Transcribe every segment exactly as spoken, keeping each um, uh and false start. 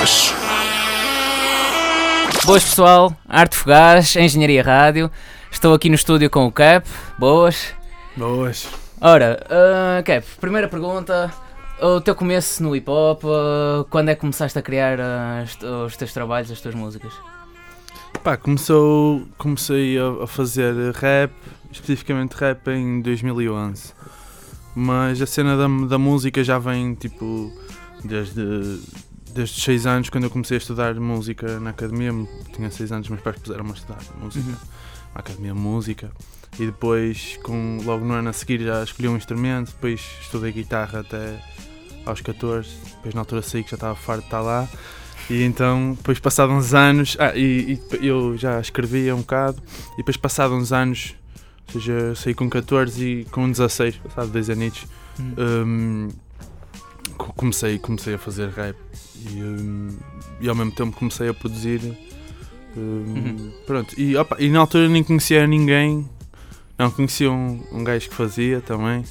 Fugaz. Boas pessoal, Arte Fugaz, Engenharia Rádio. Estou aqui no estúdio com o Cap. Boas. Boas. Ora, uh, Cap, primeira pergunta. O teu começo no hip hop, uh, quando é que começaste a criar uh, os teus trabalhos, as tuas músicas? Pá, começou, comecei a, a fazer rap, especificamente rap em dois mil e onze. Mas a cena da, da música já vem tipo desde, desde os seis anos, quando eu comecei a estudar música na academia. Tinha seis anos, meus pais puseram-me a estudar música, Uhum. na academia de música. E depois, com, logo no ano a seguir, já escolhi um instrumento. Depois estudei guitarra até aos catorze. Depois na altura saí que já estava farto de estar lá. E então, depois passados uns anos, ah, e, e eu já escrevia um bocado. E depois passados uns anos, ou seja, saí com catorze e com dezasseis, passado dois anos, Uhum. um, comecei, comecei a fazer rap. E, um, e ao mesmo tempo comecei a produzir. Um, Uhum. Pronto, e, opa, e na altura nem conhecia ninguém. Não, conhecia um, um gajo que fazia também,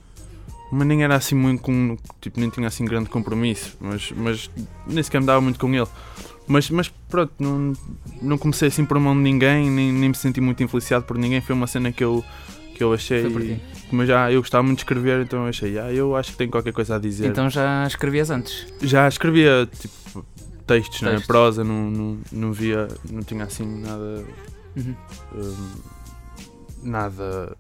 mas nem era assim muito com, tipo, nem tinha assim grande compromisso, mas, mas nem sequer me dava muito com ele. Mas, mas pronto, não, não comecei assim por mão de ninguém, nem, nem me senti muito influenciado por ninguém. Foi uma cena que eu, que eu achei, Foi por ti. como eu já eu gostava muito de escrever, então eu achei, ah, eu acho que tenho qualquer coisa a dizer. Então já escrevias antes? Já escrevia tipo textos, né? Textos. Prosa, não, não, não via, não tinha assim nada. Uhum. Um, nada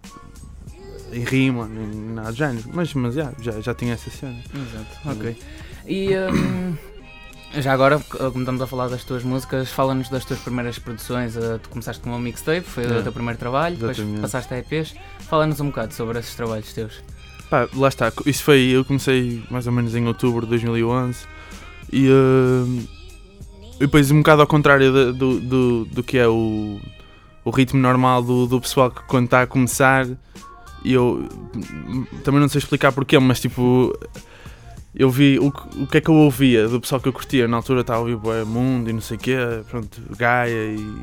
em rima, nem nada de género, mas, mas já, já, já tinha essa cena. Exato, ok. E um, já agora, como estamos a falar das tuas músicas, fala-nos das tuas primeiras produções. Uh, tu começaste com uma mixtape, foi É. o teu primeiro trabalho, depois Exatamente. passaste a E Ps. Fala-nos um bocado sobre esses trabalhos teus. Pá, lá está, isso foi, eu comecei mais ou menos em outubro de dois mil e onze e, uh, e depois um bocado ao contrário do, do, do, do que é o, o ritmo normal do, do pessoal que quando está a começar. E eu também não sei explicar porquê, mas tipo, eu vi o, o que é que eu ouvia do pessoal que eu curtia. Na altura estava a ouvir Boé Mundo e não sei o quê, pronto, Gaia e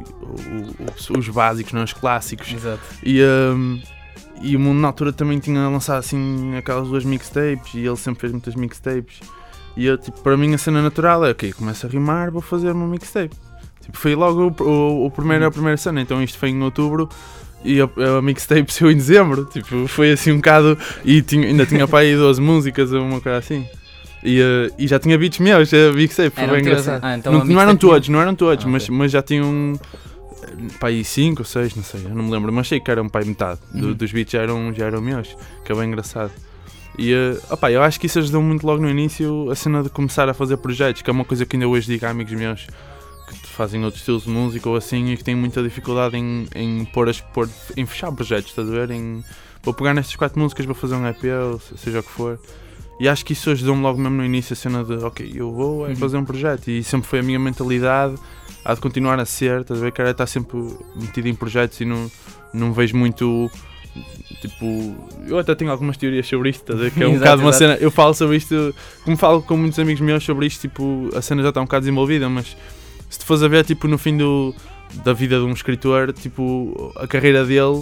o, o, os básicos, não os clássicos. Exato. E, um, e o Mundo na altura também tinha lançado assim aquelas duas mixtapes e ele sempre fez muitas mixtapes. E eu, tipo, para mim a cena natural é, ok, começo a rimar, vou fazer uma mixtape. Tipo, foi logo o, o, o primeiro, a primeira cena, então isto foi em outubro. E a, a mixtape saiu em dezembro, tipo, foi assim um bocado, e tinha, ainda tinha para aí doze músicas ou uma coisa assim. E, uh, e já tinha beats meus, a mixtape, foi Eram bem teus, engraçado. ah, então não, a não eram mixtape todos, não eram todos, Ah, mas, ok. mas já tinham para aí cinco ou seis, não sei, eu não me lembro, mas sei que eram para aí metade do, Uhum. dos beats já eram, já eram meus, que é bem engraçado. E uh, opa, eu acho que isso ajudou muito logo no início, a cena de começar a fazer projetos, que é uma coisa que ainda hoje digo a amigos meus que fazem outros estilos de música ou assim e que têm muita dificuldade em, em, pôr as, pôr, em fechar projetos, estás a ver? Em, vou pegar nestas quatro músicas, vou fazer um E P, ou seja o que for. E acho que isso ajudou-me logo mesmo no início, a cena de, ok, eu vou é Uhum. fazer um projeto. E sempre foi a minha mentalidade, há de continuar a ser, estás a ver? Cara, está sempre metido em projetos e não, não vejo muito, tipo... Eu até tenho algumas teorias sobre isto, estás a ver? Que é um Exato, bocado uma exato. cena... Eu falo sobre isto, como falo com muitos amigos meus sobre isto, tipo, a cena já está um bocado desenvolvida, mas... Se tu fores a ver, tipo, no fim do, da vida de um escritor, tipo, a carreira dele, uh,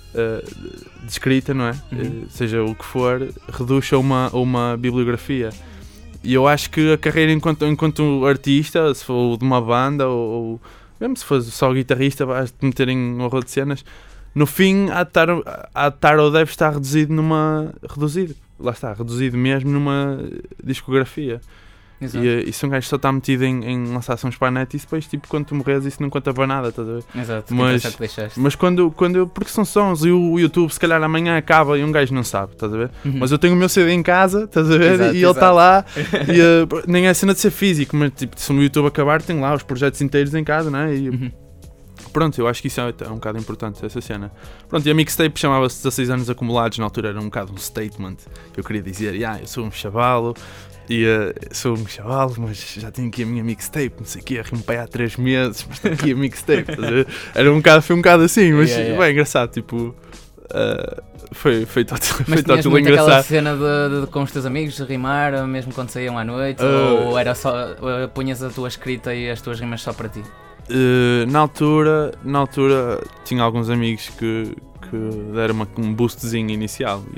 de escrita, não é? Uhum. Uh, seja o que for, reduz a uma, a uma bibliografia. E eu acho que a carreira enquanto, enquanto artista, se for de uma banda, ou, ou mesmo se for só guitarrista, vais-te meter em um horror de cenas, no fim, há de estar, há de estar ou deve estar reduzido numa... Reduzido, lá está, reduzido mesmo numa discografia. Exato. E, e se um gajo só está metido em, em lançar sons para a net, isso depois, tipo, quando tu morres, isso não conta para nada, estás a ver? Exato, Mas- que que deixaste. Mas quando, quando eu, porque são sons e o YouTube, se calhar amanhã acaba e um gajo não sabe, estás a ver? Uhum. Mas eu tenho o meu C D em casa, estás a ver? Exato, e ele está exato. lá, e, uh, nem é cena de ser físico, mas tipo, se o YouTube acabar, tem lá os projetos inteiros em casa, né? E Uhum. pronto, eu acho que isso é, é um bocado importante, essa cena. Pronto, e a mixtape chamava-se dezasseis anos acumulados, na altura era um bocado um statement. Eu queria dizer, ah, eu sou um chavalo, e uh, sou um chavalo, mas já tenho aqui a minha mixtape, não sei o quê, arrimei há três meses, mas tenho aqui a mixtape. Estás a ver? Era um bocado, foi um bocado assim, mas Yeah, yeah. bem engraçado, tipo, uh, foi, foi todo, Mas foi tinhas todo muito aquela engraçado. cena de, de- com os teus amigos, de rimar, mesmo quando saíam à noite, Uh, ou era só, uh, punhas a tua escrita e as tuas rimas só para ti? Uh, na altura, na altura tinha alguns amigos que, que deram uma, um boostzinho inicial, yeah.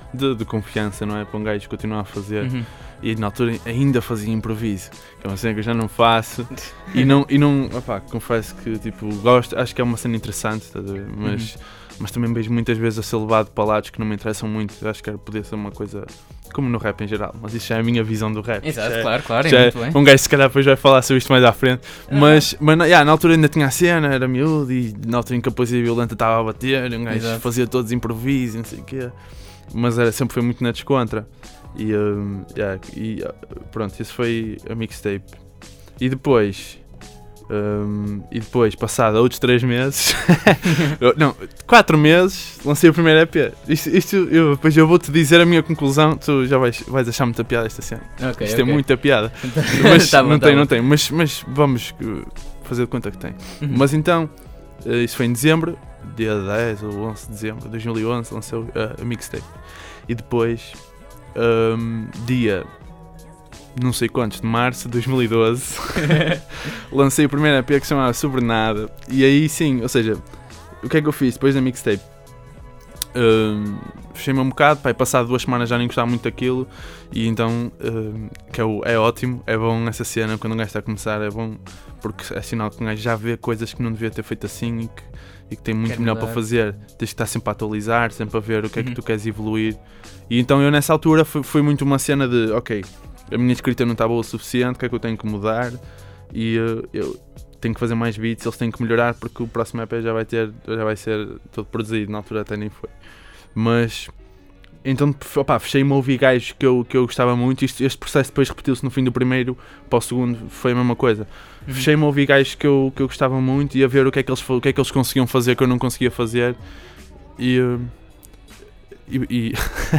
de, de confiança, não é? Para um gajo continuar a fazer. Uhum. E na altura ainda fazia improviso, que é uma cena que eu já não faço. E não, e não opá, confesso que tipo, gosto, acho que é uma cena interessante, tá a ver? Mas, uhum. mas também vejo muitas vezes a ser levado para lados que não me interessam muito. Acho que era poder ser uma coisa como no rap em geral, mas isso já é a minha visão do rap. Exato, é, claro, claro, é é muito bem. Um gajo se calhar depois vai falar sobre isto mais à frente. Uhum. Mas, mas yeah, na altura ainda tinha a cena, era miúdo e na altura em que a poesia violenta estava a bater, um gajo Exato. Fazia todos improvisos e não sei o quê. Mas era, sempre foi muito na descontra. E, um, yeah, e pronto, isso foi a mixtape. E depois, um, e depois, passado outros três meses, não, quatro meses, lancei o primeiro E P. Isto, isto eu, depois eu vou-te dizer a minha conclusão, tu já vais, vais achar muita piada esta cena. Okay, isto okay. é muita piada. Mas tá bom, não tá tem, bom. não tem. Mas, mas vamos fazer de conta que tem. Uhum. Mas então, isso foi em dezembro, dia dez ou onze de dezembro de dois mil e onze, lancei a, a mixtape. E depois, um, dia não sei quantos de março de dois mil e doze, lancei o primeiro E P que se chamava Sobre Nada. E aí sim, ou seja, o que é que eu fiz depois da mixtape? Um, fechei-me um bocado, pai, passado duas semanas já nem gostava muito daquilo. E então, um, que é, o, é ótimo, é bom essa cena, quando um gajo está a começar, é bom, porque é sinal que um gajo já vê coisas que não devia ter feito assim e que, e que tem muito Quer melhor mudar. Para fazer. Tens que estar sempre a atualizar, sempre a ver o que é que uhum. tu queres evoluir. E então eu nessa altura foi, foi muito uma cena de, ok, a minha escrita não está boa o suficiente, o que é que eu tenho que mudar? E uh, eu tenho que fazer mais beats, eles têm que melhorar porque o próximo E P já vai ter, já vai ser todo produzido, na altura até nem foi. Mas, então, opá, fechei-me a ouvir gajos que eu, que eu gostava muito. Isto, este processo depois repetiu-se no fim do primeiro para o segundo, foi a mesma coisa. Uhum. Fechei-me a ouvir gajos que eu, que eu gostava muito e a ver o que, é que eles, o que é que eles conseguiam fazer que eu não conseguia fazer. E... Uh, E, e,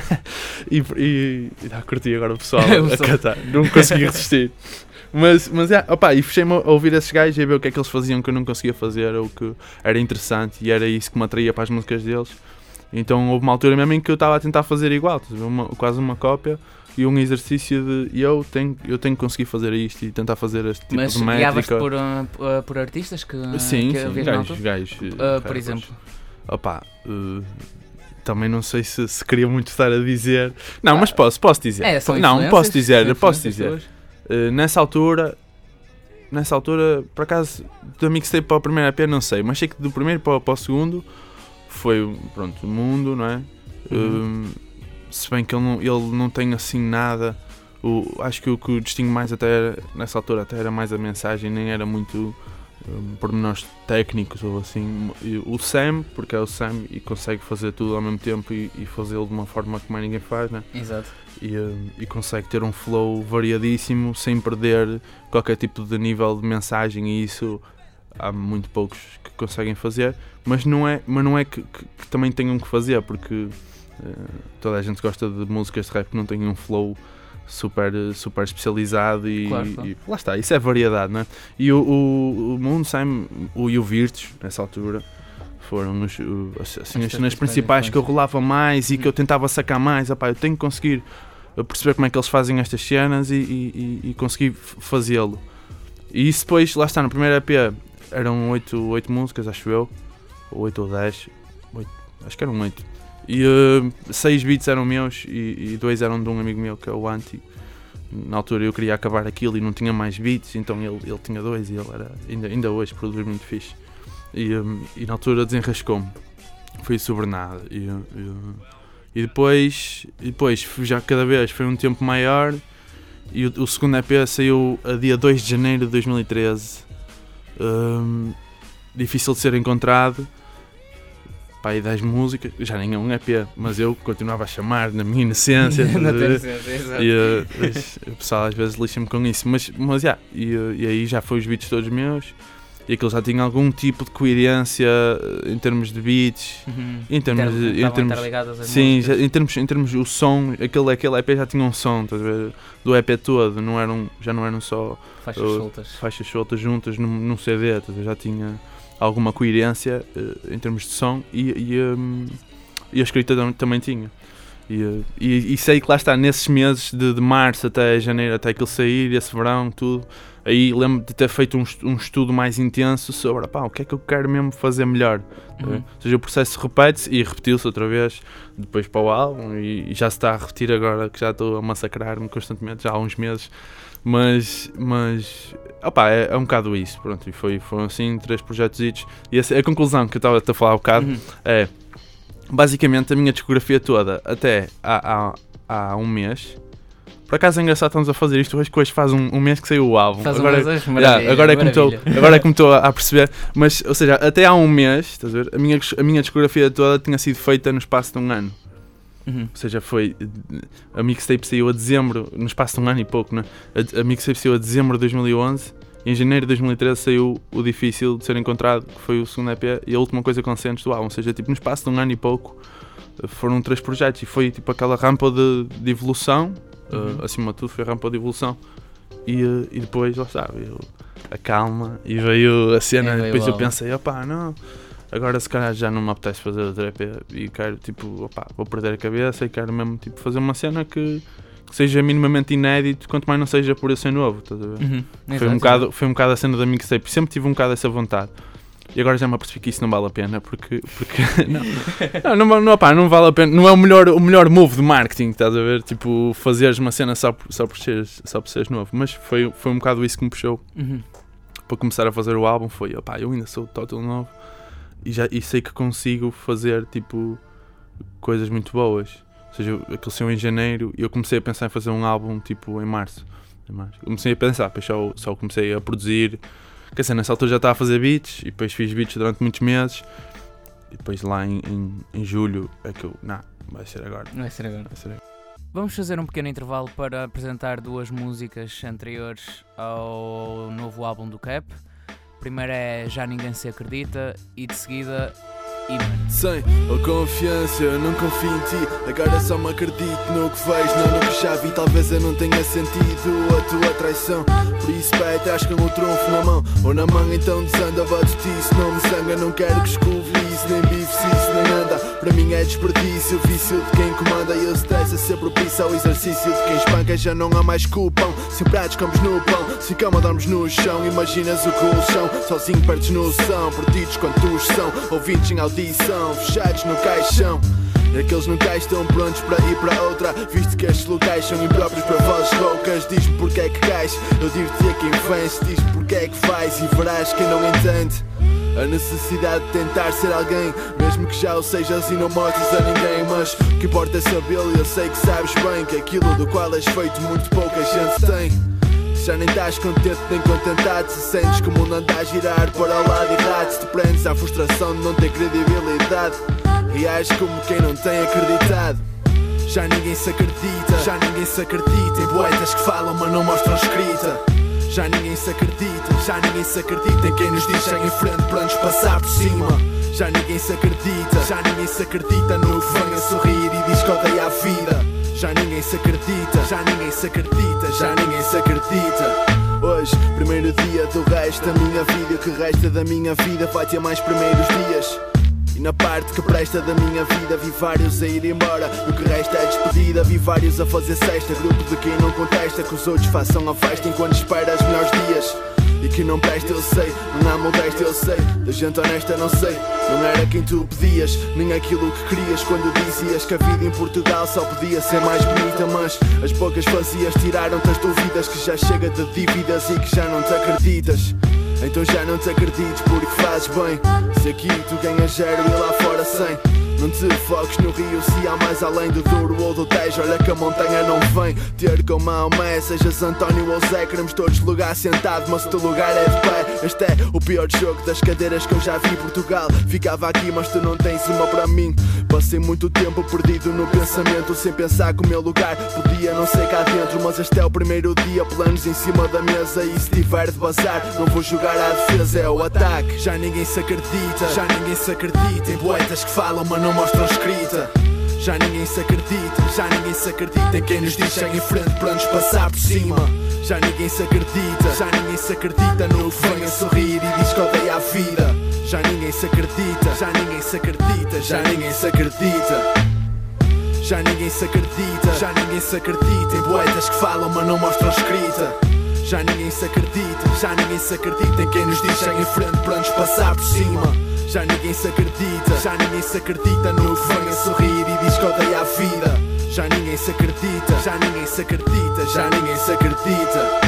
e, e, e ah, curti agora o pessoal a cantar, não consegui resistir. Mas, mas é, opa, e fechei-me a ouvir esses gajos e a ver o que é que eles faziam que eu não conseguia fazer ou que era interessante e era isso que me atraía para as músicas deles. Então houve uma altura mesmo em que eu estava a tentar fazer igual, uma, quase uma cópia e um exercício de eu tenho, eu tenho que conseguir fazer isto e tentar fazer este tipo mas de métrica. Mas por, uh, por artistas que Sim, que sim, gajos, gajos uh, por exemplo. Opa, uh, também não sei se, se queria muito estar a dizer. Não, ah, mas posso, posso dizer. É, são não, posso dizer, posso dizer. Uh, nessa altura, nessa altura, por acaso, da mixtape para o primeiro E P não sei, mas sei que do primeiro para, para o segundo foi, pronto, o mundo, não é? Uhum. Uh, se bem que ele não, ele não tem assim nada. O, acho que o que o distingue mais até era, nessa altura até era mais a mensagem, nem era muito um, pormenores técnicos ou assim. O Sam, porque é o Sam e consegue fazer tudo ao mesmo tempo e, e fazê-lo de uma forma que mais ninguém faz, né? Exato. E, um, e consegue ter um flow variadíssimo sem perder qualquer tipo de nível de mensagem, e isso há muito poucos que conseguem fazer, mas não é, mas não é que, que, que também tenham que fazer, porque uh, toda a gente gosta de músicas de rap que não têm um flow super, super especializado e, claro, claro. e lá está, isso é variedade, não é? E o, o, o Moon, Sam o, e o Virtus, nessa altura, foram os, os, assim, as cenas principais que eu rolava mais e que eu tentava sacar mais. Opá, eu tenho que conseguir perceber como é que eles fazem estas cenas e, e, e conseguir fazê-lo. E isso depois, lá está, no primeiro E P eram oito músicas, acho eu, ou oito ou dez, acho que eram oito. E uh, seis beats eram meus e, e dois eram de um amigo meu que é o Anti. Na altura eu queria acabar aquilo e não tinha mais beats, então ele, ele tinha dois e ele era, ainda, ainda hoje produz muito fixe. E, um, e na altura desenrascou-me, foi sobre nada. E, e, e, depois, e depois, já cada vez foi um tempo maior e o, o segundo E P saiu a dia dois de janeiro de dois mil e treze. Um, difícil de ser encontrado. Pá, e dez músicas, já nem é um E P, mas eu continuava a chamar na minha inocência. Na tua inocência, exato. E uh, o pessoal às vezes lixa-me com isso, mas, mas yeah, e, uh, e aí já foi os beats todos meus, e aquilo já tinha algum tipo de coerência em termos de beats, uhum. em termos de. Em termos, sim, já, em, termos, em termos o som, aquele, aquele E P já tinha um som, estás a ver? Do E P todo, não eram, já não eram só faixas uh, soltas, faixas soltas juntas num, num C D, estás a ver? Já tinha alguma coerência uh, em termos de som e, e, um, e a escrita também tinha. E, e, e sei que lá está, nesses meses de, de março até janeiro, até aquilo sair, esse verão, tudo, aí lembro de ter feito um, um estudo mais intenso sobre pá, o que é que eu quero mesmo fazer melhor. Uhum. Ou seja, o processo repete-se e repetiu-se outra vez depois para o álbum e, e já se está a repetir agora que já estou a massacrar-me constantemente já há uns meses. Mas, mas opa, é, é um bocado isso, pronto, e foi, foram assim três projetos. E essa, a conclusão que eu estava a falar há um bocado uhum. é, basicamente a minha discografia toda, até há, há, há um mês, por acaso é engraçado, estamos a fazer isto hoje, que hoje faz um, um mês que saiu o álbum, faz agora, um mês, yeah, agora, é como estou, agora é como estou a, a perceber, mas, ou seja, até há um mês, estás a ver, a minha, a minha discografia toda tinha sido feita no espaço de um ano. Uhum. Ou seja, foi a mixtape saiu a dezembro, no espaço de um ano e pouco, né? a, a mixtape saiu a dezembro de dois mil e onze e em janeiro de dois mil e treze saiu o Difícil de Ser Encontrado, que foi o segundo E P e a última coisa consciente do álbum. Ou seja, tipo, no espaço de um ano e pouco foram três projetos e foi tipo aquela rampa de, de evolução, uhum. uh, acima de tudo foi a rampa de evolução e, uh, e depois, lá está, veio a calma e veio a cena, é, depois eu pensei, opá, não... Agora se calhar já não me apetece fazer outra E P e quero tipo, opa, vou perder a cabeça e quero mesmo tipo, fazer uma cena que, que seja minimamente inédito, quanto mais não seja por eu ser novo, estás a ver? Uhum, foi, exato, um bocado, foi um bocado a cena da mixtape, sempre tive um bocado essa vontade. E agora já me apercebi que isso não vale a pena, porque, porque não, não, não, não, opa, não vale a pena, não é o melhor, o melhor move de marketing, estás a ver? Tipo, fazeres uma cena só por, só por, seres, só por seres novo, mas foi, foi um bocado isso que me puxou uhum. para começar a fazer o álbum, foi, opá, eu ainda sou total novo. E, já, e sei que consigo fazer tipo coisas muito boas. Ou seja, aquilo saiu em janeiro e eu comecei a pensar em fazer um álbum tipo em março. Em março. Comecei a pensar, depois só, só comecei a produzir. Quer dizer, nessa altura já estava a fazer beats e depois fiz beats durante muitos meses. E depois lá em, em, em julho é que eu. Não, vai ser agora. Vai ser agora. Vai ser agora. Vamos fazer um pequeno intervalo para apresentar duas músicas anteriores ao novo álbum do Cap. Primeiro é Já Ninguém Se Acredita e de seguida Imã. Sem a confiança eu não confio em ti. Agora só me acredito no que vejo, não no que já vi. Talvez eu não tenha sentido a tua traição. Por isso pé atrás com o trunfo na mão ou na mão, então desanda, bato-te. Não me zanga, não quero que escove isso, nem bife se isso nem anda. Para mim é desperdício, o vício de quem comanda. E o stress é ser propício ao exercício de quem espanca. Já não há mais culpão, sem pratos comes no pão, sem cama dormes no chão. Imaginas o colchão, sozinho perdes noção. Perdidos quantos são, ouvintes em audição, fechados no caixão. E aqueles locais estão prontos para ir para outra, visto que estes locais são impróprios para vozes roucas. Diz-me porque é que cais, eu digo-te a quem vence. Diz-me porque é que faz e verás quem não entende a necessidade de tentar ser alguém, mesmo que já o sejas e não mostres a ninguém. Mas o que importa é sabê-lo e eu sei que sabes bem que aquilo do qual és feito muito pouca gente tem. Já nem estás contente nem contentado, se sentes que o mundo anda a girar para o lado errado. Se te prendes à frustração de não ter credibilidade, reages como quem não tem acreditado. Já ninguém se acredita, já ninguém se acredita em poetas que falam mas não mostram escrita. Já ninguém se acredita, já ninguém se acredita em quem nos diz segue em frente para nos passar por cima. Já ninguém se acredita, já ninguém se acredita no que vem a sorrir e diz que odeia a vida. Já ninguém se acredita, já ninguém se acredita, já ninguém se acredita. Hoje, primeiro dia do resto da minha vida, o que resta da minha vida vai ter mais primeiros dias. E na parte que presta da minha vida vi vários a ir embora, o que resta é despedida. Vi vários a fazer cesta, grupo de quem não contesta que os outros façam a festa enquanto espera os melhores dias. E que não presta eu sei, não há modéstia eu sei, da gente honesta não sei. Não era quem tu pedias, nem aquilo que querias quando dizias que a vida em Portugal só podia ser mais bonita. Mas as bocas vazias tiraram-te as dúvidas, que já chega de dívidas e que já não te acreditas. Então já não te acredites porque fazes bem. Se aqui tu ganhas zero e lá fora cem, não te foques no rio se há mais além do Douro ou do Tejo. Olha que a montanha não vem ter com Maomé. Sejas António ou Zé, queremos todos lugar sentado, mas o teu lugar é de pé. Este é o pior jogo das cadeiras que eu já vi. Portugal ficava aqui mas tu não tens uma para mim. Passei muito tempo perdido no pensamento, sem pensar que o meu lugar podia não ser cá dentro. Mas este é o primeiro dia, planos em cima da mesa. E se tiver de bazar, não vou jogar à defesa, é o ataque. Já ninguém se acredita, já ninguém se acredita em poetas que falam mas não mostram escrita. Já ninguém se acredita, já ninguém se acredita em quem nos diz segue em frente para nos passar por cima. Já ninguém se acredita, já ninguém se acredita no que vem a sorrir e diz que odeia a vida. Já ninguém se acredita, já ninguém se acredita, já ninguém se acredita. Já ninguém se acredita, já ninguém se acredita em poetas que falam mas não mostram escrita. Já ninguém se acredita, já ninguém se acredita em quem nos diz segue em frente para nos passar por cima. Já ninguém se acredita, já ninguém se acredita no que vem a sorrir e diz que odeia a vida. Já ninguém se acredita, já ninguém se acredita, já ninguém se acredita.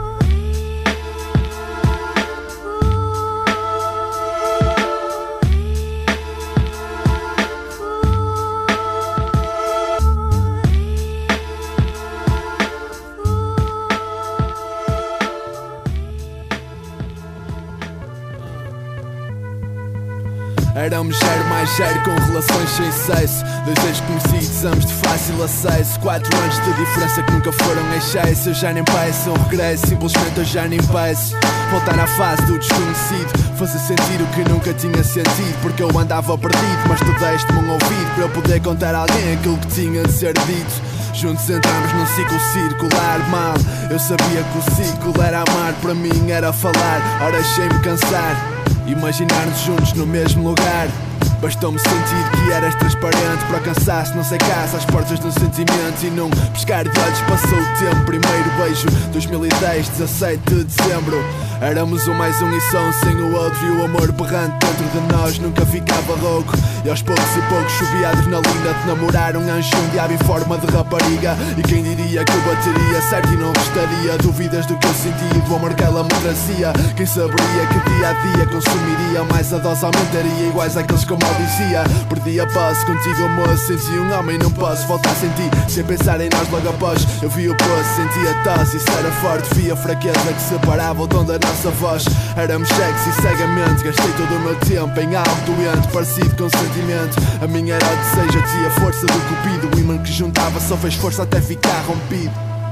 Éramos zero mais zero com relações sem cesse. Dois ex-conhecidos, ambos de fácil acesso. Quatro anos de diferença que nunca foram excesso. Eu já nem peço um regresso, simplesmente eu já nem peço. Voltar à fase do desconhecido, fazer sentir o que nunca tinha sentido. Porque eu andava perdido, mas tu deste-me um ouvido para eu poder contar a alguém aquilo que tinha de ser dito. Juntos entramos num ciclo circular mal. Eu sabia que o ciclo era amar, para mim era falar. Ora deixei-me cansar, imaginar-nos juntos no mesmo lugar. Bastou-me sentir que eras transparente para cansaço, não sei casa às portas do sentimento. E num pescar de olhos passou o tempo. Primeiro beijo, dois mil e dez, dezassete de dezembro. Éramos um mais um e só um sem o outro. E o amor berrante dentro de nós nunca ficava rouco. E aos poucos e poucos subia a adrenalina de namorar um anjo, um diabo em forma de rapariga. E quem diria que eu bateria certo e não restaria dúvidas do que eu sentia e do amor que ela me trazia. Quem saberia que dia a dia consumiria mais a dose aumentaria, iguais àqueles que eu maldizia. Perdi a paz contigo, moço, senti um homem, não posso voltar a sentir sem pensar em nós logo após. Eu vi o poço, senti a tosse, isso era forte. Vi a fraqueza que separava o tom da nossa voz. Éramos cegos e cegamente gastei todo o meu tempo em algo doente, parecido com sentimento. A minha era o desejo, eu tinha a força do cupido. O imã que juntava só fez força até ficar rompido.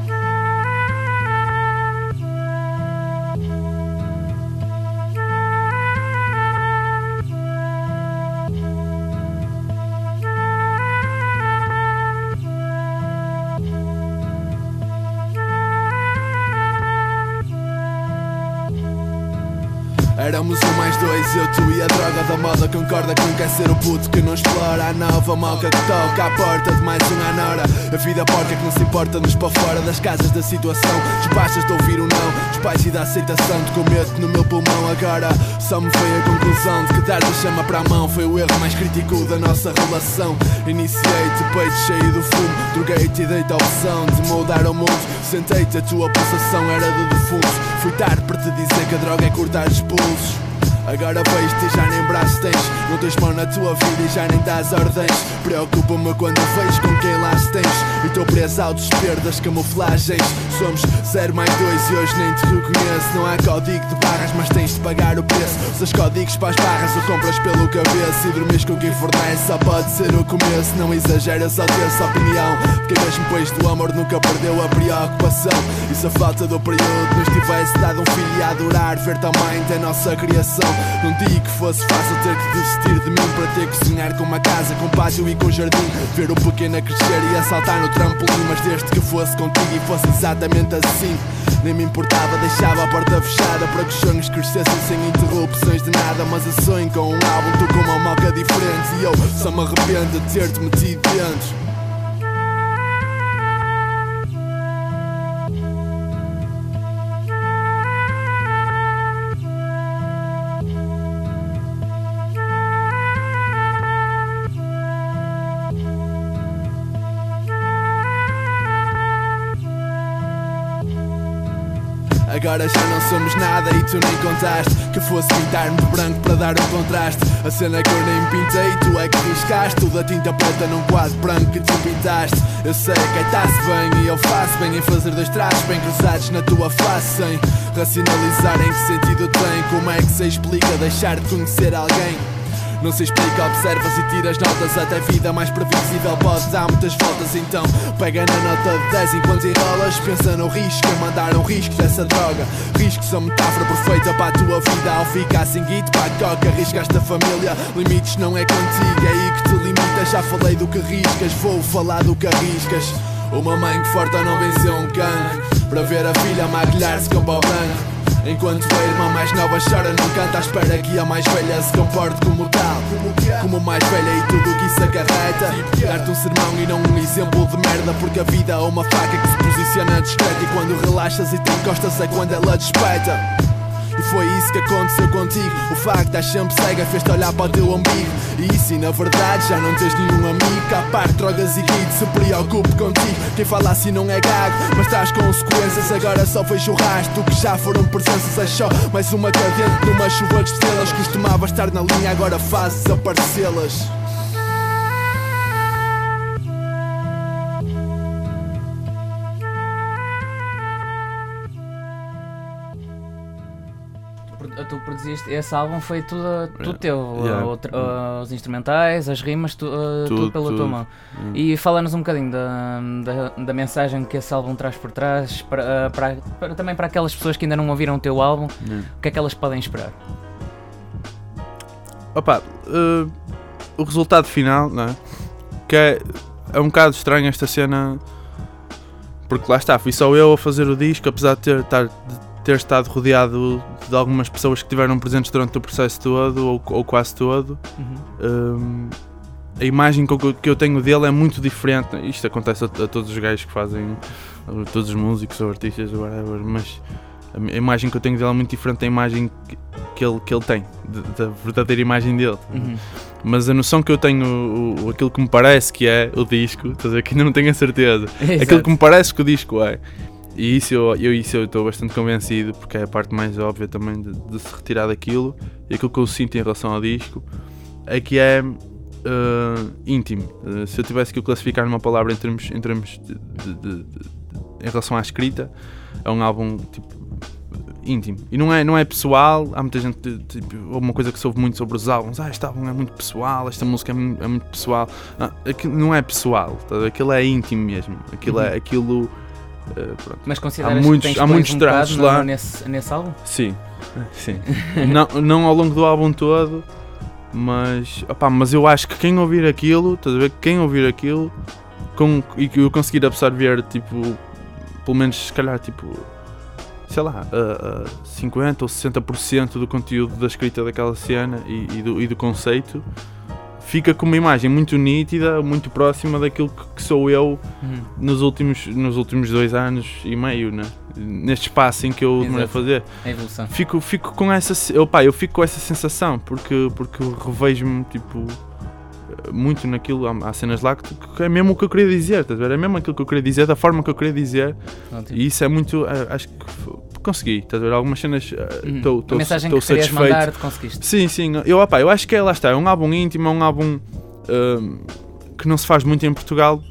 Éramos um mais dois, eu, tu e a droga da moda. Concorda que não quer ser o puto que não explora a nova malca que toca à porta de mais um anora. A vida porca que não se importa nos para fora das casas da situação. Despachas de ouvir o não, despachas e da aceitação. De comer-te no meu pulmão agora. Só me veio a conclusão de que dar-te a chama para a mão foi o erro mais crítico da nossa relação. Iniciei-te, peito cheio do fumo. Droguei-te e dei-te a opção de moldar o mundo. Sentei-te, a tua pulsação era de defunto. Fui tarde para te dizer que a droga é cortar os pulsos. Agora vejo-te e já nem braço tens. Não tens mão na tua vida e já nem dás ordens. Preocupa-me quando vejo com quem lá se tens. E estou preso ao desespero das camuflagens. Somos zero mais dois e hoje nem te reconheço. Não há código de barras, mas tens de pagar o preço. Usas códigos para as barras ou compras pelo cabeça. E dormes com quem fornece, só pode ser o começo. Não exageras ao ter essa opinião. Porque mesmo depois do amor nunca perdeu a preocupação. E se a falta do período nos tivesse dado um filho e a adorar, ver tamanho da nossa criação. Não digo que fosse fácil ter que desistir de mim para ter que sonhar com uma casa, com pátio e com jardim. Ver o pequeno a crescer e a saltar no trampolim. Mas desde que fosse contigo e fosse exatamente assim, nem me importava, deixava a porta fechada para que os sonhos crescessem sem interrupções de nada. Mas eu sonho com um álbum, tu com uma moca diferente. E eu só me arrependo de ter-te metido dentro. Agora já não somos nada e tu nem contaste que fosse pintar-me de branco para dar um contraste. A cena que eu nem pintei, tu é que riscaste tudo a tinta preta num quadro branco que tu pintaste. Eu sei que está-se bem e eu faço bem em fazer dois traços bem cruzados na tua face, sem racionalizar em que sentido tem. Como é que se explica deixar de conhecer alguém? Não se explica, observas e tiras notas. Até a vida mais previsível pode dar muitas voltas. Então pega na nota de dez enquanto enrolas. Pensa no risco, a mandar um risco dessa droga. Riscos são metáfora perfeita para a tua vida. Ao ficar sem guito para a coca, arriscaste a família. Limites não é contigo, é aí que te limitas. Já falei do que riscas, vou falar do que arriscas. Uma mãe que forte não venceu um cancro para ver a filha maquilhar-se com pó branco. Enquanto a irmã mais nova chora, não canta à espera que a mais velha se comporte como tal, como mais velha e tudo o que isso acarreta. Dar-te um sermão e não um exemplo de merda, porque a vida é uma faca que se posiciona discreta, e quando relaxas e te encostas é quando ela despeita. E foi isso que aconteceu contigo. O facto de estás sempre cega fez-te olhar para o teu umbigo. E isso, e na verdade já não tens nenhum amigo que, à parte drogas e guido, se preocupe contigo. Quem fala assim não é gago, mas traz consequências. Agora só vejo o rastro que já foram presenças. É só mais uma cadente numa chuva de estrelas. Costumava estar na linha, agora faz desaparecê-las. Tu produziste, esse álbum foi tudo, tudo teu, Yeah. o, uh, os instrumentais, as rimas, tu, uh, tudo, Tudo, pela tudo. tua mão. Yeah. E fala-nos um bocadinho da, da, da mensagem que esse álbum traz por trás, para, uh, para, para, também para aquelas pessoas que ainda não ouviram o teu álbum, Yeah. o que é que elas podem esperar? Opa, uh, o resultado final, não é? Que é, é um bocado estranho esta cena, porque lá está, fui só eu a fazer o disco, apesar de ter, estar, de ter estado rodeado de algumas pessoas que estiveram presentes durante o processo todo, ou, ou quase todo. Uhum. Um, a imagem que eu, que eu tenho dele é muito diferente. Isto acontece a, a todos os gajos que fazem, a todos os músicos ou artistas, whatever, mas a, a imagem que eu tenho dele é muito diferente da imagem que, que, ele, que ele tem, de, da verdadeira imagem dele. Uhum. Mas a noção que eu tenho, o, o, aquilo que me parece que é o disco, estás a ver, que ainda não tenho a certeza, Exato. aquilo que me parece que o disco é. E isso eu, eu, isso eu estou bastante convencido, porque é a parte mais óbvia também de, de se retirar daquilo. E aquilo que eu sinto em relação ao disco é que é uh, íntimo. Uh, se eu tivesse que o classificar numa palavra em termos, em, termos de, de, de, de, em relação à escrita, é um álbum tipo íntimo. E não é, não é pessoal. Há muita gente, tipo, uma coisa que se ouve muito sobre os álbuns: ah, este álbum é muito pessoal, esta música é muito, é muito pessoal. Não, aquilo não é pessoal, tá? Aquilo é íntimo mesmo. Aquilo Uhum. é aquilo. Uh, pronto. Mas consideras Há muitos- que tens há muitos um traços bocado lá. no- nesse, nesse álbum? Sim, sim. não, não ao longo do álbum todo, mas, opá, mas eu acho que quem ouvir aquilo, estás a ver? Quem ouvir aquilo com, e que eu conseguir absorver, tipo, pelo menos se calhar, tipo, sei lá, uh, uh, cinquenta ou sessenta por cento do conteúdo da escrita daquela cena e, e, do, e do conceito, fica com uma imagem muito nítida, muito próxima daquilo que, que sou eu Uhum. nos últimos, nos últimos dois anos e meio, né? Neste espaço em que eu demorei a Exato. fazer. A evolução. Fico, fico com essa, eu, pá, eu fico com essa sensação, porque, porque eu revejo-me, tipo, muito naquilo. Há, há cenas lá que, que é mesmo o que eu queria dizer, estás a ver? É mesmo aquilo que eu queria dizer, da forma que eu queria dizer, Ótimo. e isso é muito, é, acho que f- consegui, estás a ver? Algumas cenas, Uhum. estou A mensagem que querias satisfeito. mandar, te conseguiste. Sim, sim, eu, opá, eu acho que é, lá está, é um álbum íntimo, é um álbum hum, que não se faz muito em Portugal,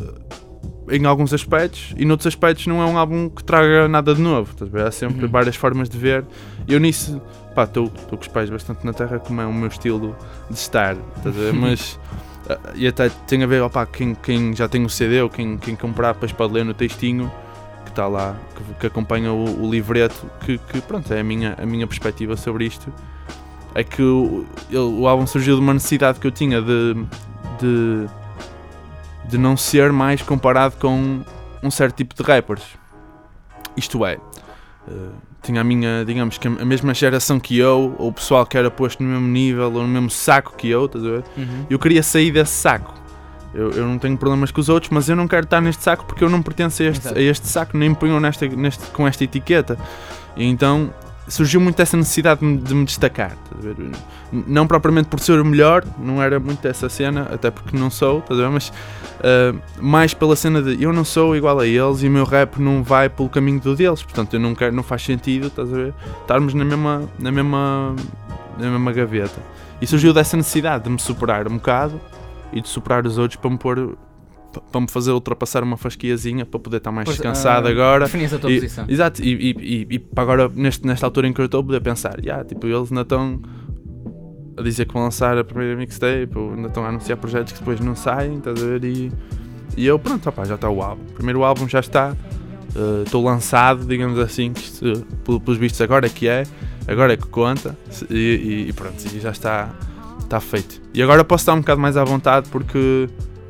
em alguns aspectos, e noutros aspectos não é um álbum que traga nada de novo, estás a ver? Há sempre Uhum. várias formas de ver. Eu nisso, pá, estou com os pés bastante na terra, como é o meu estilo de estar, estás a ver? Mas, ah, e até tem a ver, opá, quem, quem já tem o C D ou quem, quem comprar depois pode ler no textinho que está lá, que, que acompanha o, o livreto, que, que pronto, é a minha, a minha perspectiva sobre isto. É que o, ele- o álbum surgiu de uma necessidade que eu tinha de, de, de não ser mais comparado com um certo tipo de rappers. Isto é, eh, tinha a minha, digamos que a mesma geração que eu, ou o pessoal que era posto no mesmo nível, ou no mesmo saco que eu, estás a ver? Uhum. Eu queria sair desse saco. Eu, eu não tenho problemas com os outros, mas eu não quero estar neste saco porque eu não pertenço a este, Exato. a este saco, nem me ponham nesta, neste, com esta etiqueta. E então surgiu muito essa necessidade de me, de me destacar, estás a ver? N- não propriamente por ser o melhor, não era muito essa cena, até porque não sou, estás a ver? Mas uh, mais pela cena de eu não sou igual a eles e o meu rap não vai pelo caminho do deles, portanto eu não quero, não faz sentido, estás a ver? Estarmos na mesma, na mesma, na mesma gaveta. E surgiu dessa necessidade de me superar um bocado e de superar os outros para me pôr, pa- para me fazer ultrapassar uma fasquiazinha para poder estar mais Pois, descansado ah, agora. Definias a tua E- posição. Exato, e, e, e, e para agora, neste, nesta altura em que eu estou, poder pensar, yeah, tipo, eles ainda estão a dizer que vão lançar a primeira mixtape, ou ainda estão a anunciar projetos que depois não saem, estás a ver? E, e eu, pronto, opá, já está o álbum. O primeiro álbum já está, uh, estou lançado, digamos assim, que isto, uh, pel- pelos vistos agora é que é, agora é que conta, e, e, e pronto, e já está, está feito. E agora posso estar um bocado mais à vontade porque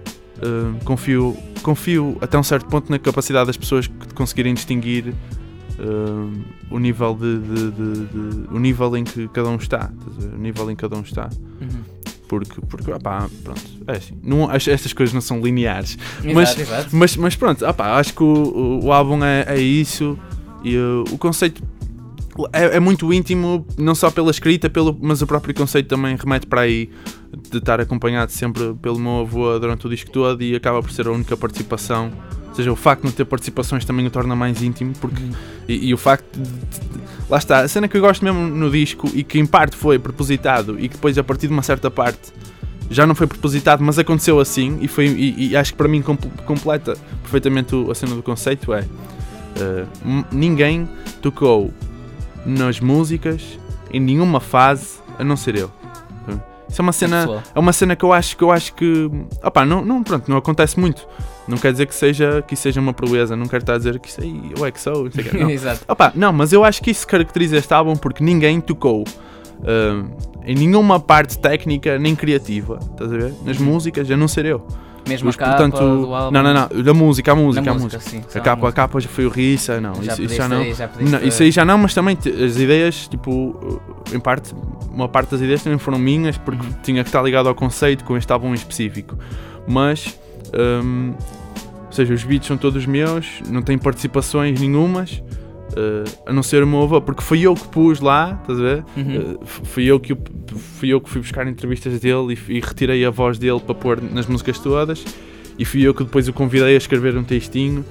uh, confio, confio até um certo ponto na capacidade das pessoas de conseguirem distinguir uh, o nível de, de, de, de o nível em que cada um está, o nível em que cada um está. Uhum. Porque, porque opá, pronto, é assim, não, estas coisas não são lineares, Exato, mas, exato. mas, mas pronto, opá, acho que o, o álbum é, é isso, e uh, o conceito é, é muito íntimo, não só pela escrita, pelo, mas o próprio conceito também remete para aí, de estar acompanhado sempre pelo meu avô durante o disco todo, e acaba por ser a única participação. Ou seja, o facto de não ter participações também o torna mais íntimo, porque, Uhum. e, e o facto de, de, de, lá está, a cena que eu gosto mesmo no disco, e que em parte foi propositado, e que depois a partir de uma certa parte já não foi propositado, mas aconteceu assim, e, foi, e, e acho que para mim compl- completa perfeitamente o, a cena do conceito, é uh, m- ninguém tocou nas músicas em nenhuma fase a não ser eu. Isso é uma cena, Pessoal. é uma cena que eu acho que eu acho que opá, não, não, pronto, não acontece muito. Não quer dizer que seja, que isso seja uma proeza, não quero estar a dizer que isso aí eu é que sou, não sei o quê, não. Exato. Opá, não, mas eu acho que isso caracteriza este álbum porque ninguém tocou uh, em nenhuma parte técnica nem criativa, estás a ver? Nas músicas, a não ser eu. Mesmo Os, a capa portanto, do álbum. não, não, não, da música, a música, Na a música, música. sim, A só capa, a música. capa já foi o Rissa, não, Já isso, isso já pediste não. aí, já pediste Não, isso aí já não, mas também t- as ideias, tipo, em parte, uma parte das ideias também foram minhas, porque Uhum. tinha que estar ligado ao conceito com este álbum em específico. Mas, hum, ou seja, os beats são todos meus, não tem participações nenhumas, uh, a não ser o meu avô, porque fui eu que pus lá, estás a ver? Uhum. Uh, f- fui, eu que, o- fui eu que fui buscar entrevistas dele e, e retirei a voz dele para pôr nas músicas todas. E fui eu que depois o convidei a escrever um textinho,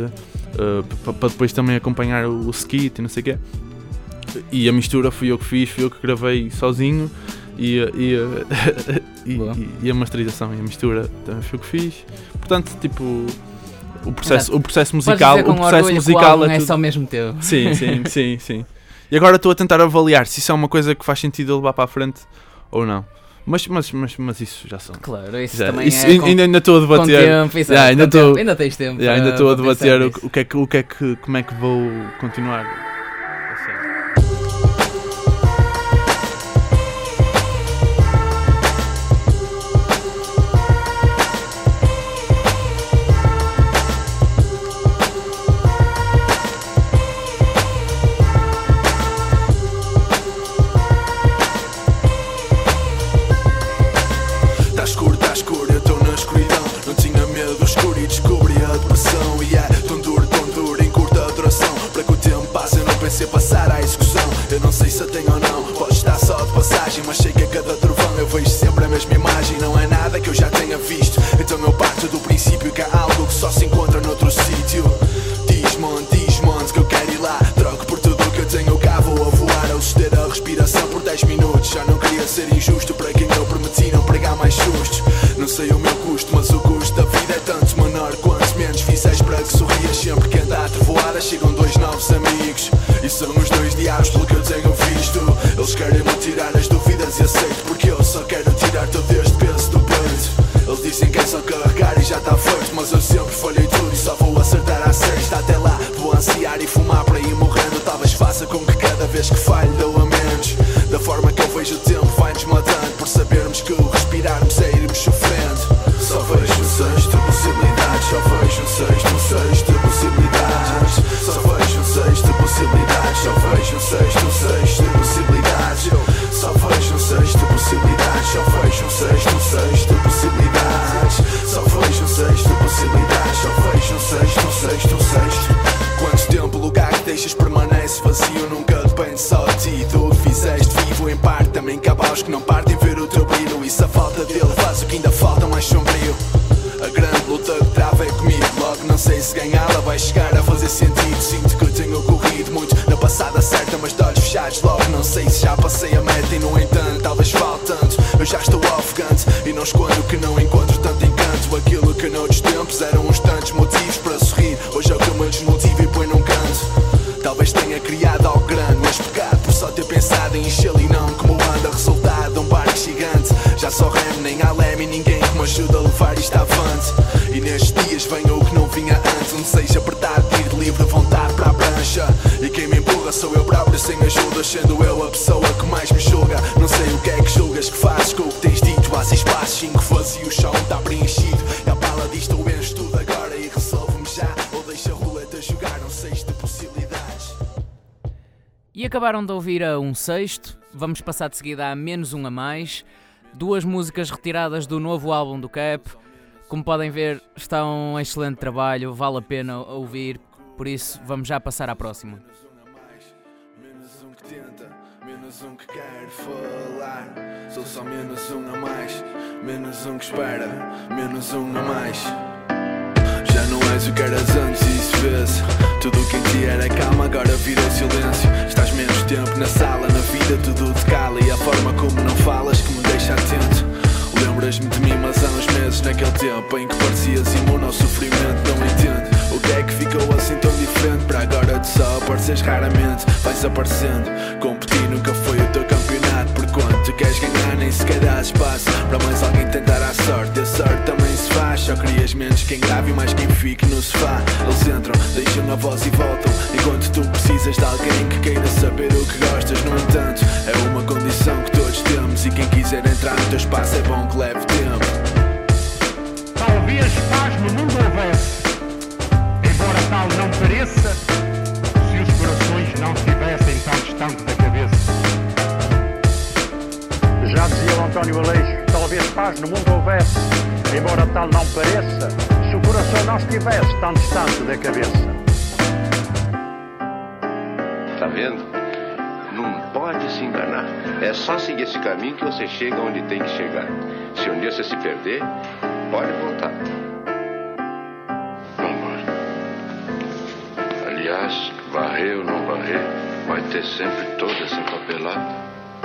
uh, para depois também acompanhar o, o skit e não sei o quê. E a mistura fui eu que fiz, fui eu que gravei sozinho, e, e, e, e, e a masterização e a mistura também fui eu que fiz. Portanto, tipo, o processo, o processo musical, Podes dizer o com processo orgulho musical que o álbum é é tudo. só mesmo teu. Sim, sim, sim, sim. E agora estou a tentar avaliar se isso é uma coisa que faz sentido eu levar para a frente ou não. Mas, mas, mas, mas isso já são. Claro, isso Já, também isso é ainda, com, ainda estou a com debater. tempo, exato, Já, ainda com tô- tempo. Ainda tens tempo. Já, ainda para- estou a para pensar debater nisso. o, o que é que, o que é que, como é que vou continuar. Assim. Tá escuro, tá escuro, eu estou na escuridão. Não tinha medo do escuro e descobri a depressão. E é tão duro, tão duro, em curta duração. Para que o tempo passe, eu não pensei passar à execução. Eu não sei se a tenho ou não, pode estar só de passagem. Mas sei que a cada trovão eu vejo sempre a mesma imagem. Não é nada que eu já tenha visto. Então eu parto do princípio que há algo que só se encontra noutro sítio. Diz-me onde, diz-me onde que eu quero ir lá. Troco por tudo que eu tenho cá, vou a voar, a suster a respiração por dez minutos. Já não queria ser injusto para quem eu prometi não pregar mais sustos. Não sei o meu custo, mas o custo da vida é tanto menor quanto menos fizeres para que sorrias sempre que anda a trevoada. Chegam dois novos amigos e são os dois diabos pelo que eu tenho visto. Eles querem-me tirar as dúvidas e aceito, porque eu só quero tirar todo este peso do peito. Eles dizem que é só carregar e já está feito, mas eu sempre falhei tudo e só vou acertar à sexta. Até lá vou ansiar e fumar para ir morrendo. Talvez faça com que cada vez que falho dou a menos. Da forma que eu vejo o tempo vai-nos matando, por sabermos que o respirarmos é irmos sofrendo. Só vejo um sexto de possibilidades, só vejo um sexto, um sexto de possibilidades. Só vejo um sexto de possibilidades, só vejo um sexto, um sexto de possibilidades. Só vejo um sexto de possibilidades, só vejo um sexto, um sexto de possibilidades. Só vejo um sexto de possibilidades, só vejo um sexto, um sexto, um sexto. Quanto tempo o lugar que deixas permanece vazio, nunca depende só de ti. Tu o que fizeste vivo em parte, também cabe aos que não partem ver o teu brilho. E se a falta dele faz o que ainda falta mais sombrio. A grande luta que trava é comigo, logo não sei se ganhá-la vai chegar a fazer sentido. Sinto que eu tenho corrido muito na passada certa, mas de olhos fechados logo não sei se já passei a meta. E no entanto, talvez falte tanto, eu já estou ofegante e não escondo que não encontro tanto encanto. Aquilo que noutros tempos eram uns tantos motivos para sorrir, hoje é o que me desmotiva e põe num canto. Talvez tenha criado algo grande, mas pecado por só ter pensado em enchê-lo e não como anda. Resultado de um barco gigante, já só remo nem há leme e ninguém que me ajuda a levar isto avante. E nestes dias venho o que não vinha antes, um desejo apertado de ir de livre vontade para a prancha. E quem me empurra sou eu próprio sem ajuda, sendo eu a pessoa que mais me julga. Não sei o que é que julgas que fazes com o que tens dito. Há seis passos, cinco vazios, o chão está preenchido. E a bala disto ou enches tudo agora e resolve-me já, ou deixa a roleta jogar um sexto de possibilidades. E acabaram de ouvir a Um Sexto, vamos passar de seguida a Menos Um a Mais, duas músicas retiradas do novo álbum do Cap. Como podem ver, está um excelente trabalho, vale a pena ouvir, por isso vamos já passar à próxima. Menos um que tenta, menos um que quer falar. Sou só menos um a mais, menos um que espera, menos um a mais. Já não és o que eras antes e isso vê-se. Tudo o que em ti era calma agora virou silêncio. Estás menos tempo na sala, na vida tudo te cala. E a forma como não falas que me deixa atento. Lembras-me de mim mas há uns meses naquele tempo em que parecias imune ao sofrimento. Não entendo o que é que ficou assim tão diferente. Para agora tu só apareces raramente. Vais aparecendo, competir nunca foi o teu campeonato. Por quanto tu queres ganhar nem sequer dá espaço para mais alguém tentar à sorte. E a sorte também se faz. Só querias menos quem grave e mais quem fique no sofá. Eles entram, deixam a voz e voltam, enquanto tu precisas de alguém que queira saber o que gostas. No entanto, é uma condição que todos temos. E quem quiser entrar no teu espaço é bom que leve tempo. Talvez paz no mundo houvesse, embora tal não pareça, se os corações não estivessem tão distante da cabeça. Já dizia o António Aleixo, talvez paz no mundo houvesse, embora tal não pareça, se o coração não estivesse tão distante da cabeça. Tá vendo? Não pode se enganar. É só seguir esse caminho que você chega onde tem que chegar. Se um dia você se perder, pode voltar. Vambora. Aliás, varrer ou não varrer, vai ter sempre toda essa papelada.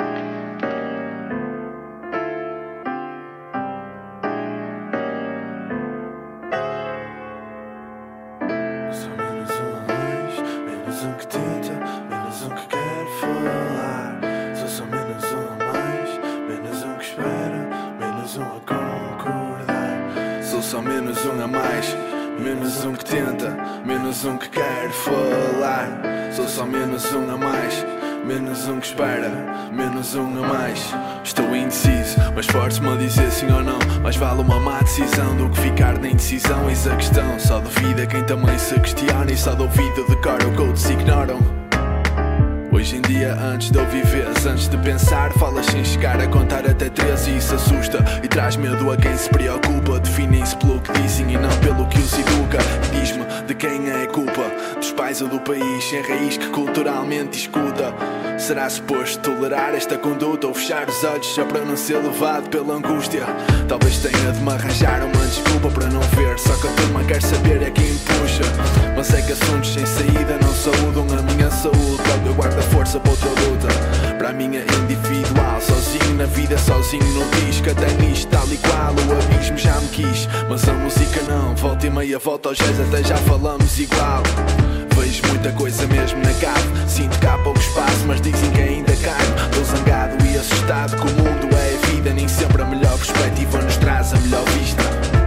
Só menos um a mais, menos um que tenta, menos um que quer falar. Sou só menos um a mais, menos um que espera, menos um a mais. Estou indeciso, mas forço-me a dizer sim ou não. Mais vale uma má decisão do que ficar na indecisão. Eis a questão, só duvida quem também se questiona. E só de ouvido decora o que outros ignoram. Hoje em dia, antes de ouvir vez, antes de pensar, falas sem chegar a contar até treze. E isso assusta e traz medo a quem se preocupa. Definem-se pelo que dizem e não pelo que os educa. E diz-me de quem é a culpa, dos pais ou do país sem raiz que culturalmente escuta. Será suposto tolerar esta conduta ou fechar os olhos só para não ser levado pela angústia? Talvez tenha de me arranjar uma desculpa para não ver, só que a turma quer saber é quem me puxa. Mas é que assuntos sem saída não saúdam a minha saúde. Logo eu guardo a força para outra luta. Para a minha individual, sozinho na vida, sozinho no disco. Até nisto, tal e qual, o abismo já me quis. Mas a música não, volta e meia, volta ao jazz, até já falamos igual. Vejo muita coisa mesmo na cave, sinto que há pouco espaço, mas dizem que ainda caio. Estou zangado e assustado que o mundo é a vida. Nem sempre a melhor perspectiva nos traz a melhor vista.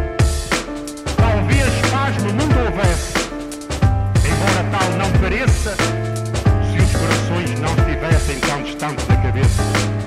Talvez paz no mundo houvesse, embora tal não pareça, se os corações não estivessem tão distantes da cabeça.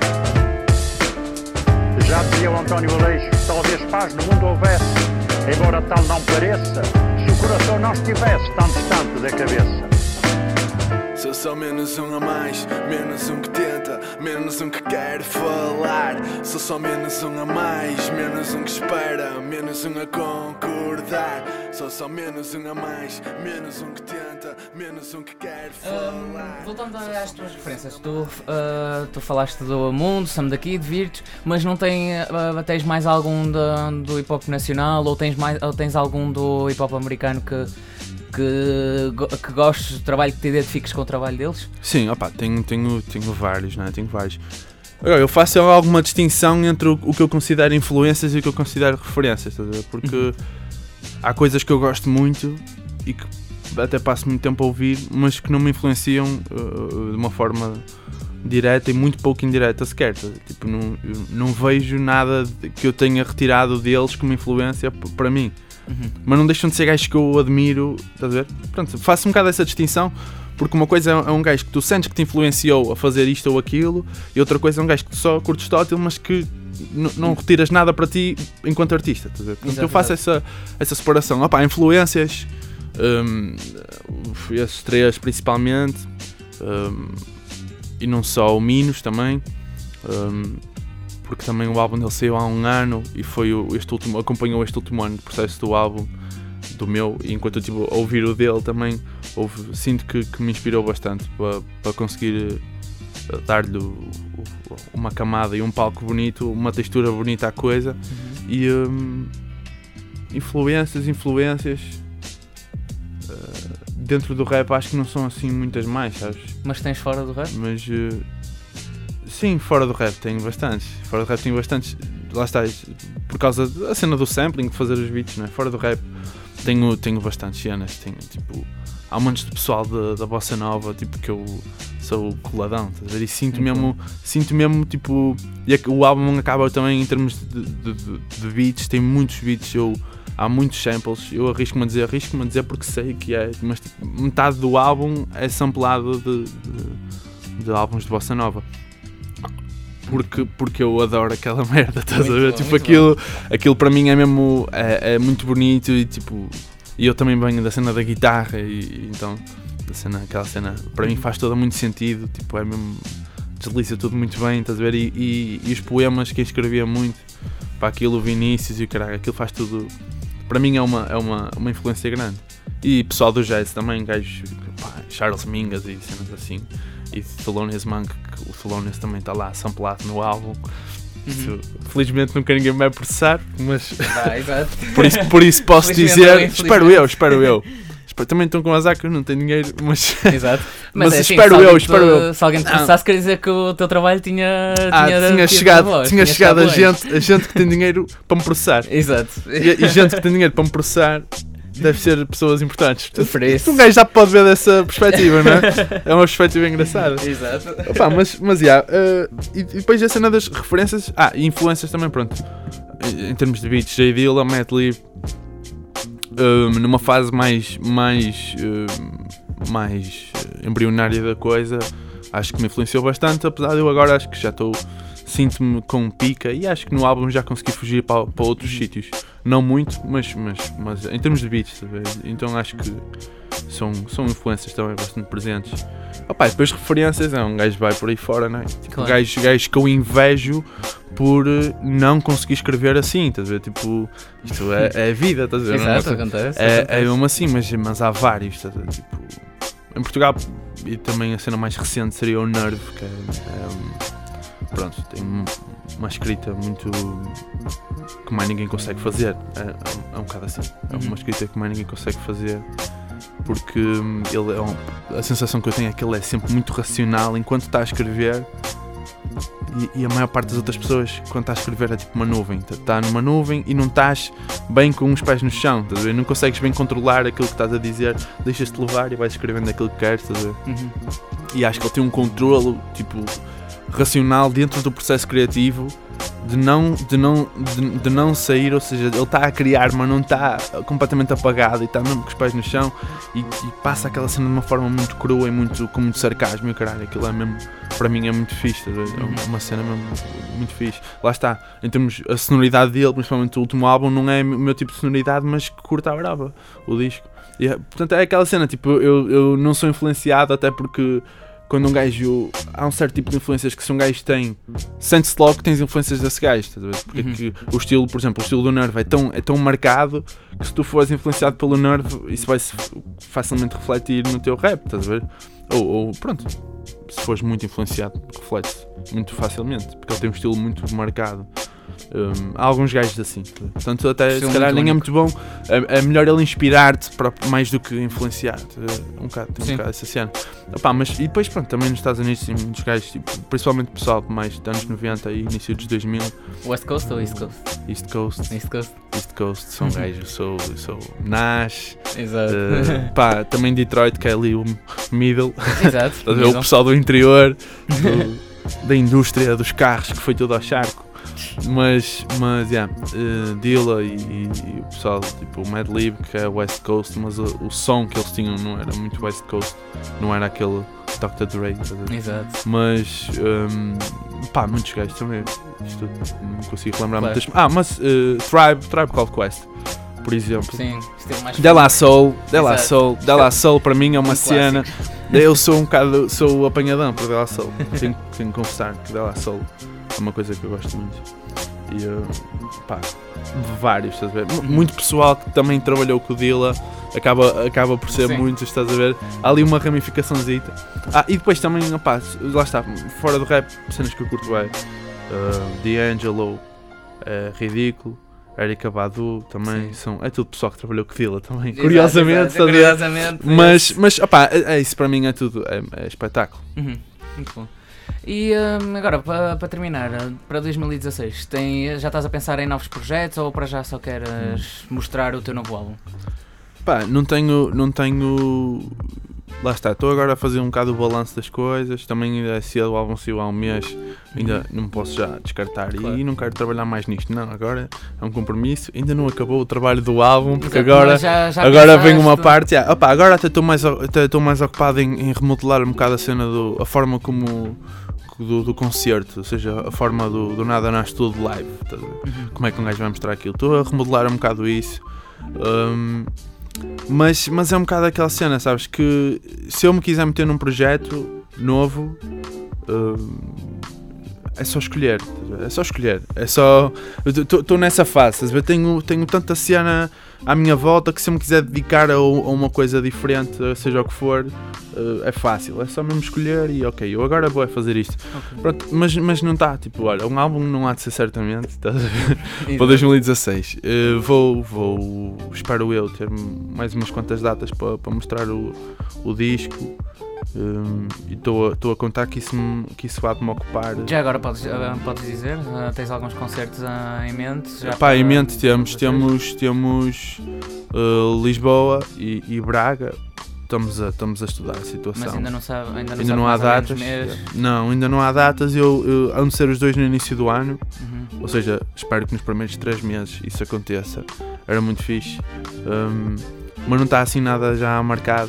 Já dizia o António Aleixo, talvez paz no mundo houvesse, embora tal não pareça, se o coração não estivesse tão distante da cabeça. Sou só menos um a mais, menos um que tenta, menos um que quer falar. Sou só menos um a mais, menos um que espera, menos um a concordar. Sou só menos um a mais, menos um que tenta, menos um que quer falar. Um, voltando às tuas referências, tu, uh, tu falaste do Mundo, Sam daqui, de Virtus, mas não tem, uh, tens mais algum do, do hip hop nacional ou tens, mais, ou tens algum do hip hop americano que Que, que gostes do trabalho, que te identifiques com o trabalho deles? Sim, opa, tenho, tenho, tenho vários, né? Tenho vários. Agora, eu faço alguma distinção entre o, o que eu considero influências e o que eu considero referências, estás a ver? Porque uhum. há coisas que eu gosto muito e que até passo muito tempo a ouvir, mas que não me influenciam uh, de uma forma direta e muito pouco indireta sequer. Tá? Tipo, não, não vejo nada que eu tenha retirado deles como influência p- para mim. Uhum. Mas não deixam de ser gajos que eu admiro, estás a ver? Pronto, faço um bocado essa distinção, porque uma coisa é um gajo que tu sentes que te influenciou a fazer isto ou aquilo, e outra coisa é um gajo que tu só curtes tótil, mas que n- não retiras nada para ti enquanto artista, estás a ver? Portanto, eu faço essa, essa separação. Opa, influências, um, esses três principalmente, um, e não só o Minos também, um, porque também o álbum dele saiu há um ano e foi o, este último, acompanhou este último ano de processo do álbum, do meu, e enquanto eu estive a ouvir o dele também, houve, sinto que, que me inspirou bastante para, para conseguir uh, dar-lhe o, o, uma camada e um palco bonito, uma textura bonita à coisa, uhum. e um, influências, influências... Uh, dentro do rap acho que não são assim muitas mais, sabes? Mas tens fora do rap? Mas uh, sim, fora do rap tenho bastantes. Fora do rap tenho bastantes. Lá está, por causa da cena do sampling, de fazer os beats, não é? Fora do rap tenho, tenho bastantes cenas. Tenho, tipo, há um monte de pessoal da, da Bossa Nova, tipo, que eu sou coladão, estás a ver? E sinto uhum. mesmo, sinto mesmo, tipo, e o álbum acaba também em termos de, de, de, de beats, tem muitos beats, eu há muitos samples, eu arrisco-me a dizer, arrisco-me a dizer porque sei que é, mas tipo, metade do álbum é samplado de, de, de álbuns de Bossa Nova. Porque, porque eu adoro aquela merda, estás a ver? Bom, tipo, aquilo, aquilo para mim é mesmo, é, é muito bonito e tipo, e eu também venho da cena da guitarra e, e então, da cena, aquela cena, para mim faz todo muito sentido, tipo, é mesmo, desliza tudo muito bem, estás a ver? E, e, e os poemas que eu escrevia muito, para aquilo, o Vinícius e o caralho, aquilo faz tudo. Para mim é uma, é uma, uma influência grande. E pessoal do jazz também, gajos, pá, Charles Mingus e cenas assim. E Thelonious Monk, que o Thelonious também está lá samplado no álbum. Uhum. Isso, felizmente nunca ninguém me vai processar, mas ah, exato. por, isso, por isso posso dizer, espero eu, espero eu. Também estão com azar que eu não tenho dinheiro, mas, exato. mas, mas é assim, espero eu, te, espero eu. Se alguém te processasse, quer dizer que o teu trabalho tinha, ah, tinha, tinha chegado, voz, tinha tinha chegado a gente, a gente que tem dinheiro para me processar. Exato. E, e gente que tem dinheiro para me processar deve ser pessoas importantes. Portanto, um gajo já pode ver dessa perspectiva, não é? É uma perspectiva engraçada. Exato. Opa, mas, mas yeah, uh, e, e depois a cena das referências, ah, e influências também, pronto. Em, em termos de beats, J Dilla, Matt Lee, um, numa fase mais, mais, uh, mais embrionária da coisa, acho que me influenciou bastante, apesar de eu agora acho que já estou, sinto-me com pica e acho que no álbum já consegui fugir para, para outros sítios. Não muito, mas, mas, mas em termos de beats, sabe? Então acho que são, são influências também bastante presentes. Opa, depois referências, é um gajo vai por aí fora, não é? Tipo, claro. gajo, gajo que eu invejo por não conseguir escrever assim, estás a ver? Tipo, isto é, é a vida, estás a ver? Exato, não, acontece. É, acontece. é mesmo assim, mas, mas há vários, estás a ver? Tipo, em Portugal, e também a cena mais recente seria o Nerve, que é, é pronto, tem uma escrita muito que mais ninguém consegue fazer, é, é, é um bocado assim, é uma escrita que mais ninguém consegue fazer, porque ele é um, a sensação que eu tenho é que ele é sempre muito racional enquanto está a escrever, e, e a maior parte das outras pessoas quando está a escrever é tipo uma nuvem, está numa nuvem e não estás bem com os pés no chão, estás a ver? Não consegues bem controlar aquilo que estás a dizer, deixas-te levar e vais escrevendo aquilo que queres, estás a ver? Uhum. E acho que ele tem um controlo tipo racional dentro do processo criativo de não, de não, de, de não sair, ou seja, ele está a criar mas não está completamente apagado e está mesmo com os pés no chão e, e passa aquela cena de uma forma muito crua e muito, com muito sarcasmo e caralho, aquilo é mesmo, para mim é muito fixe, é uma cena mesmo muito fixe. Lá está, em termos, a sonoridade dele, principalmente o último álbum, não é o meu tipo de sonoridade, mas que curta a brava o disco. E, portanto é aquela cena, tipo, eu, eu não sou influenciado até porque quando um gajo, há um certo tipo de influências que se um gajo tem, sente-se logo que tens influências desse gajo, estás a ver? Porque uhum. que o estilo, por exemplo, o estilo do Nerve é tão, é tão marcado que se tu fores influenciado pelo Nerve, isso vai facilmente refletir no teu rap, estás a ver? Ou, ou pronto, se fores muito influenciado, reflete-se muito facilmente, porque ele tem um estilo muito marcado. Um, há alguns gajos assim, portanto até se calhar nem é muito bom, é, é melhor ele inspirar-te mais do que influenciar-te, é um bocado, tem um bocado essa cena. Opa, mas, e depois pronto, também nos Estados Unidos tem muitos gajos, tipo, principalmente pessoal mais dos anos noventa e início dos dois mil. West Coast ou East Coast? East Coast. East Coast. East Coast, são uhum. gajos, sou, sou Nash. Exato. Uh, pá, também Detroit, que é ali o middle. Exato. O pessoal do interior, do, da indústria dos carros, que foi tudo ao charco. Mas, mas, yeah, uh, Dilla e, e, e o pessoal, tipo o Mad Lib, que é West Coast, mas o, o som que eles tinham não era muito West Coast, não era aquele doutor Dre. Exato. Mas, um, pá, muitos gajos também, isto não consigo lembrar claro. muitas. Ah, mas uh, Tribe, Tribe Called Quest, por exemplo. Sim, estilo mais De La Soul, De La Soul, De La Soul para mim é uma um cena. Eu sou um bocado, sou o apanhadão para De La Soul. Tenho, tenho que confessar que De La Soul é uma coisa que eu gosto muito. E eu, pá, vários, estás a ver? Muito pessoal que também trabalhou com o Dilla, acaba, acaba por ser Sim. muitos, estás a ver? Há ali uma ramificaçãozita. Ah, e depois também, opá, lá está, fora do rap, cenas que eu curto bem. Uh, D'Angelo, é ridículo. Erykah Badu também Sim. são. É tudo pessoal que trabalhou com Dilla também. Exato, Curiosamente, exato, estás a ver? curiosamente, Mas, esse. mas opá, é, é isso para mim é tudo. É, é espetáculo. Uhum, muito bom. E hum, agora, para pa terminar, para dois mil e dezasseis, tem, já estás a pensar em novos projetos ou para já só queres hum. mostrar o teu novo álbum? Pá, não tenho. Não tenho. Lá está, estou agora a fazer um bocado o balanço das coisas. Também ainda é cedo, o álbum saiu há um mês, ainda não posso já descartar. Claro. E não quero trabalhar mais nisto, não. Agora é um compromisso. Ainda não acabou o trabalho do álbum, porque Exato, agora, mas já- já agora vem pensaste- uma parte. Yeah, opa, agora até estou mais, até estou mais ocupado em, em remodelar um bocado a cena, do, a forma como. Do, do concerto, ou seja, a forma do, do nada nasce tudo live. Tá a ver? Uhum. Como é que um gajo vai mostrar aquilo? Estou a remodelar um bocado isso. Um, mas, mas é um bocado aquela cena, sabes? Que se eu me quiser meter num projeto novo, um, é só escolher. É só escolher. É só. Estou nessa fase. Eu tenho, tenho tanta cena à minha volta que se eu me quiser dedicar a, a uma coisa diferente, seja o que for, uh, é fácil. É só mesmo escolher e ok, eu agora vou fazer isto. Okay. Pronto, mas, mas não está. Tipo, olha, um álbum não há de ser certamente. Estás a ver? Para dois mil e dezasseis. Uh, vou, vou, espero eu, ter mais umas quantas datas para, para mostrar o, o disco. Um, e estou a contar que isso, me, que isso vá de me ocupar. Já agora podes, uh, podes dizer, uh, tens alguns concertos uh, em mente? Já Pá, para- em mente temos, para vocês? temos, temos uh, Lisboa e, e Braga. Estamos a, estamos a estudar a situação. Mas ainda não sabe, ainda não, Ainda sabe não há mais ou menos datas. mês. Não, ainda não há datas. Eu, eu ando de ser os dois no início do ano. Uhum. Ou seja, espero que nos primeiros três meses isso aconteça. Era muito fixe. Um, mas não está assim nada já marcado.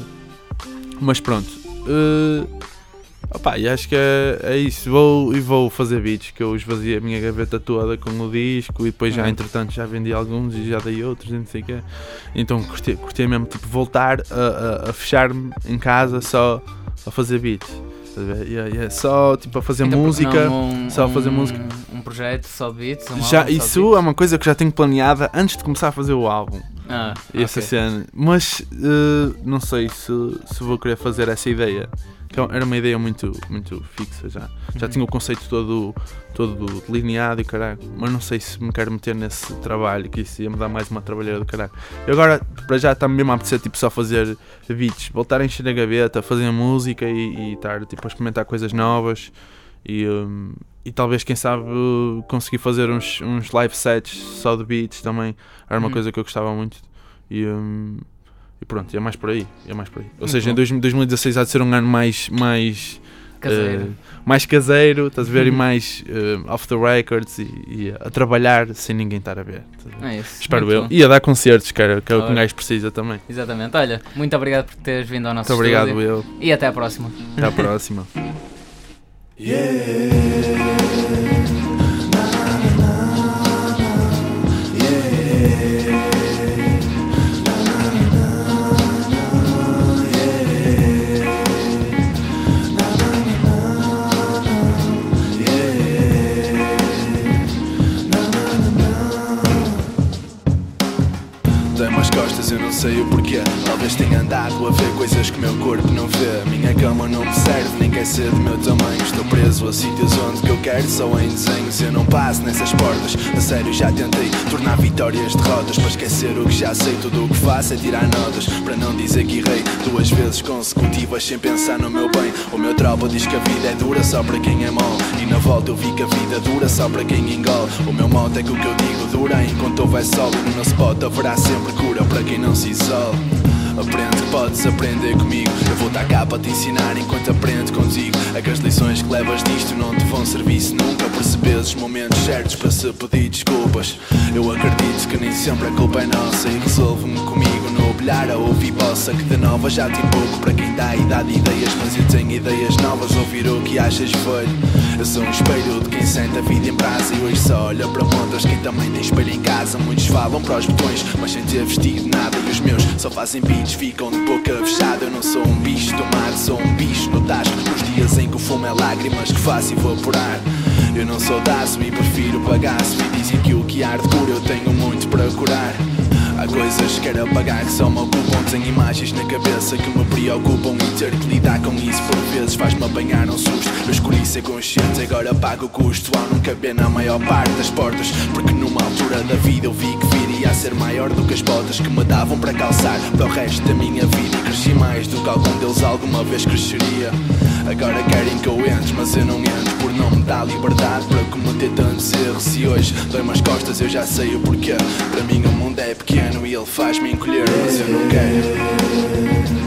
Mas pronto. Uh, opá, e acho que é, é isso. Vou, e vou fazer beats, que eu esvaziei a minha gaveta toda com o disco e depois já, Uhum. entretanto, já vendi alguns e já dei outros e não sei o quê. Então curti, curti mesmo tipo, voltar a, a, a fechar-me em casa só a fazer beats. Estás a ver? E é- e é só tipo, a fazer Então, porque música. não um, só fazer um, música. Um projeto só de beats? Um Já, álbum só de isso beats? é uma coisa que já tenho planeada antes de começar a fazer o álbum. Ah, Essa ok. cena. Mas uh, não sei se, se vou querer fazer essa ideia. Que era uma ideia muito, muito fixa já. Já Uhum. tinha o conceito todo, todo delineado e caralho. Mas não sei se me quero meter nesse trabalho, que isso ia me dar mais uma trabalheira do caralho. E agora, para já, está-me mesmo a apetecer tipo, só fazer beats, voltar a encher a gaveta, fazer música e, e estar tipo, a experimentar coisas novas. E, um, e talvez, quem sabe, conseguir fazer uns, uns live sets só de beats também. Era uma Uhum. coisa que eu gostava muito. E, um, e pronto, é mais por aí. É mais por aí. Ou Muito seja, em bom. dois- dois mil e dezasseis há de ser um ano mais, mais, Caseiro. eh, mais caseiro, estás a ver? E Uhum. mais eh, off the records e, e a trabalhar sem ninguém estar a ver. estás a ver? É isso. Espero Muito eu. bom. E a dar concertos, que, era, que é o que um Ora. gajo precisa também. Exatamente. Olha, muito obrigado por teres vindo ao nosso Muito obrigado, estúdio. eu. E até à próxima. Até à próxima. Dei umas costas, eu não sei o porquê. Talvez tenha andado a ver coisas que meu corpo não vê. A minha cama não me serve, nem quer ser do meu tamanho. Estou preso a sítios onde que eu quero, só em desenhos. Eu não passo nessas portas, a sério já tentei tornar vitórias derrotas. Para esquecer o que já sei, tudo o que faço é tirar notas. Para não dizer que errei duas vezes consecutivas sem pensar no meu bem. O meu tropa diz que a vida é dura só para quem é mau. E na volta eu vi que a vida dura só para quem engole. O meu modo é que o que eu digo dura enquanto houver sol. E no meu spot haverá sempre cura para quem não se isole. Aprende que podes aprender comigo. Eu vou estar cá para te ensinar enquanto aprendo contigo. É que as lições que levas disto não te vão servir se nunca percebes os momentos certos para se pedir desculpas. Eu acredito que nem sempre a culpa é nossa e resolvo-me comigo no mergulhar a ouvir bossa que de nova já tem pouco para quem dá idade e ideias, mas eu tenho ideias novas, ouvir o que achas velho. Eu sou um espelho de quem sente a vida em brasa e hoje só olha para montas quem também tem espelho em casa. Muitos falam para os botões, mas sem ter vestido nada, e os meus só fazem beats, ficam de boca fechada. Eu não sou um bicho do mar, sou um bicho no tasco, nos dias em que o fumo é lágrimas que faço evaporar. Eu não sou daço e prefiro bagaço, e dizem que o que arde cura, eu tenho muito para curar. Há coisas que quero apagar que só me ocupam, tenho imagens na cabeça que me preocupam, e ter que lidar com isso por vezes faz-me apanhar um susto. Eu escolhi ser consciente, agora pago o custo ao não caber na maior parte das portas, porque numa altura da vida eu vi que viria a ser maior do que as botas que me davam para calçar para o resto da minha vida, e cresci mais do que algum deles alguma vez cresceria. Agora querem que eu entre, mas eu não entro por não me dar liberdade para cometer tantos erros, e hoje dói-me as costas, eu já sei o porquê. Para mim o mundo é pequeno e ele faz-me encolher, mas eu não quero.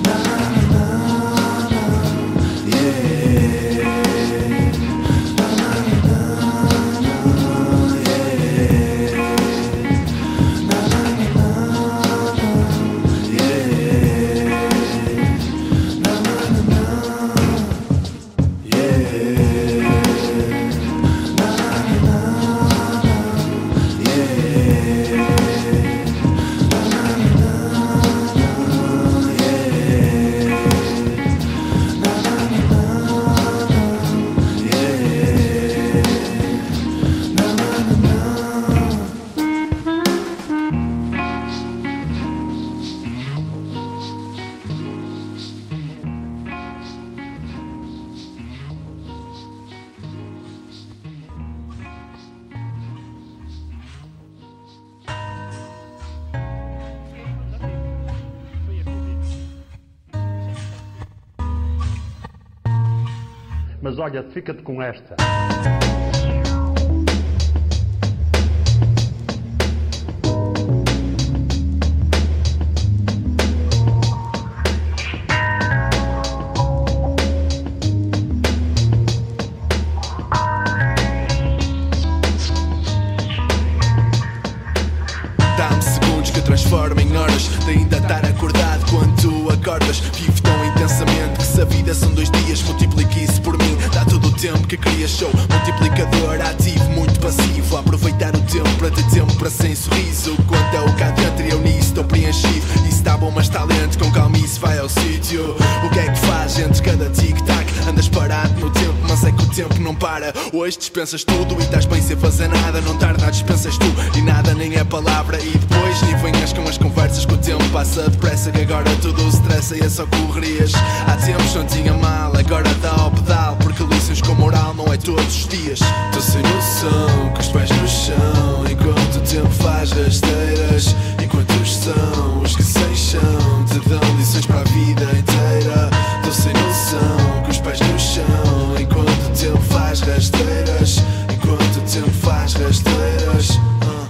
Mas olha, fica-te com esta. Dá-me segundos que eu transformo em horas de ainda estar acordado quando tu acordas. Vivo tão intensamente que se a vida são dois dias, multiplique isso por mim. Dá todo o tempo que queria, show multiplicador ativo, muito passivo. A aproveitar o tempo para ter tempo para sem sorriso. Quanto é o cá dentro e eu nisso estou preenchido. Isso está bom, mas talento com calmice vai ao sítio. O que é que faz entre cada tic-tac? Andas parado no tempo, mas é que o tempo não para. Hoje dispensas tudo e estás bem sem fazer nada. Não tarda, dispensas tu e nada nem é palavra. E depois nem venhas com as conversas que o tempo passa depressa, que agora tudo se estressa e é só correrias. Há tempos não tinha mal, agora dá ao pedal, porque lições com moral não é todos os dias. Tô sem noção, com os pés no chão, enquanto o tempo faz rasteiras. E quantos são os que sem chão te dão lições para a vida inteira? Tô sem noção, com os pés no chão, enquanto o tempo faz rasteiras. Enquanto o tempo faz rasteiras. uh,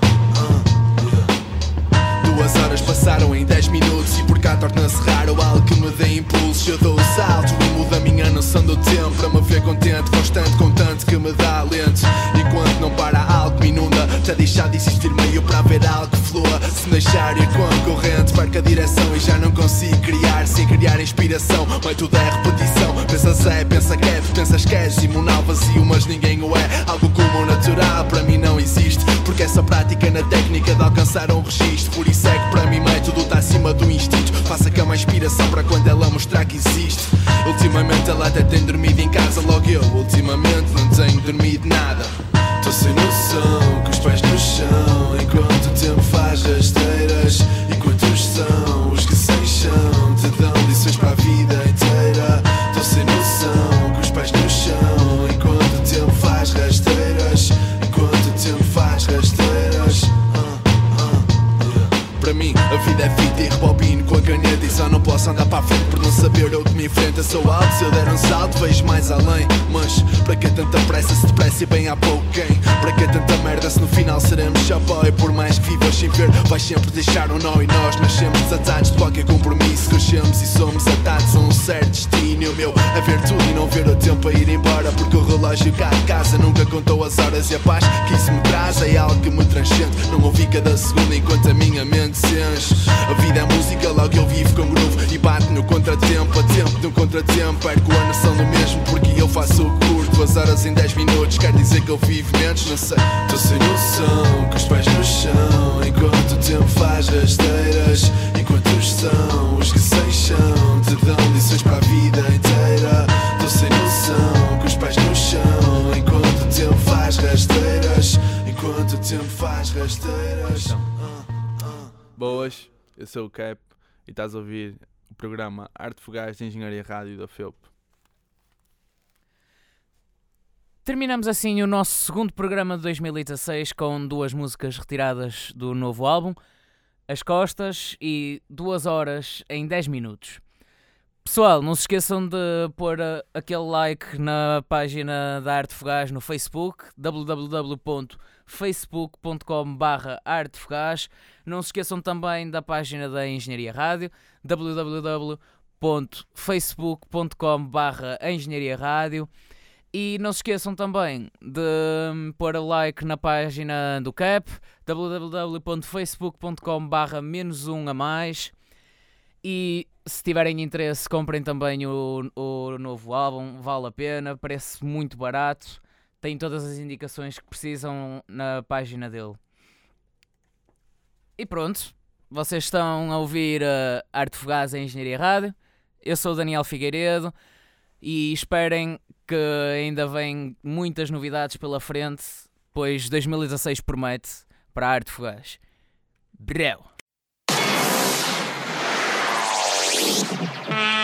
uh, yeah. Duas horas passaram em dez minutos e por cá torna-se raro algo que me dê impulso. Eu dou o salto e mudo a minha noção do tempo para me ver contente, constante, com tanto que me dá alento. E quando não para algo me inunda, até deixar de existir meio para haver algo que flua. Se deixar ir com a corrente, perco a direção e já não consigo criar sem criar inspiração. Mas tudo é repetição, pensas é, pensa que é, pensas que és imunal vazio, mas ninguém o é. Algo como o natural para mim não existe, porque é só prática na técnica de alcançar um registro. Por isso é que para mim método está acima do instinto. Faça a cama a inspiração para quando ela mostrar que existe. Ultimamente ela até tem dormido em casa, logo eu ultimamente não tenho dormido nada. Tô sem noção, com os pés no chão, enquanto o tempo faz rasteiras. E quantos são os que sem chão te dão lições para a vida inteira? Tô sem noção, com os pés no chão, enquanto o tempo faz rasteiras. Enquanto o tempo faz rasteiras. uh, uh, yeah. Para mim a vida é fita e rebobino com a caneta, e só não posso andar para a frente por não saber o que me enfrenta. Sou alto, se eu der um salto vejo mais além. Mas para que tanta pressa se depressa e bem há pouco quem? Para que tanta merda se no final seremos só pó? E por mais que vivas sem ver, vais sempre deixar um nó. E nós nascemos desatados de qualquer compromisso. Crescemos e somos atados a um certo destino. E o meu é ver tudo e não ver o tempo a ir embora, porque o relógio cá de casa nunca contou as horas. E a paz que isso me traz é algo que me transcende. Não ouvi cada segundo enquanto a minha mente se enche. A vida é música drug, eu vivo com groove e bate no contratempo. A tempo de um contratempo, perco a noção do mesmo, porque eu faço o que curto. Duas horas em dez minutos, quer dizer que eu vivo menos, não sei. Tô sem noção, com os pés no chão, enquanto o tempo faz rasteiras. Enquanto são os que sem chão te dão lições para a vida inteira. Tô sem noção, com os pés no chão, enquanto o tempo faz rasteiras. Enquanto o tempo faz rasteiras. uh, uh. Boas, eu sou o Cap e estás a ouvir o programa Arte Fugaz de Engenharia Rádio da F E U P. Terminamos assim o nosso segundo programa de dois mil e dezasseis com duas músicas retiradas do novo álbum, As Costas e duas horas em dez minutos. Pessoal, não se esqueçam de pôr uh, aquele like na página da Arte Fugaz no Facebook, w w w ponto facebook ponto com barra arte fugaz. Não se esqueçam também da página da Engenharia Rádio, w w w ponto facebook ponto com barra engenharia rádio. E não se esqueçam também de um, pôr like na página do Cap, w w w ponto facebook ponto com barra menos um a mais. E se tiverem interesse, comprem também o, o novo álbum, vale a pena, parece muito barato, tem todas as indicações que precisam na página dele. E pronto, vocês estão a ouvir uh, Arte Fugaz em Engenharia Rádio, eu sou o Daniel Figueiredo e esperem que ainda vêm muitas novidades pela frente, pois dois mil e dezasseis promete para a Arte Fugaz. Breu!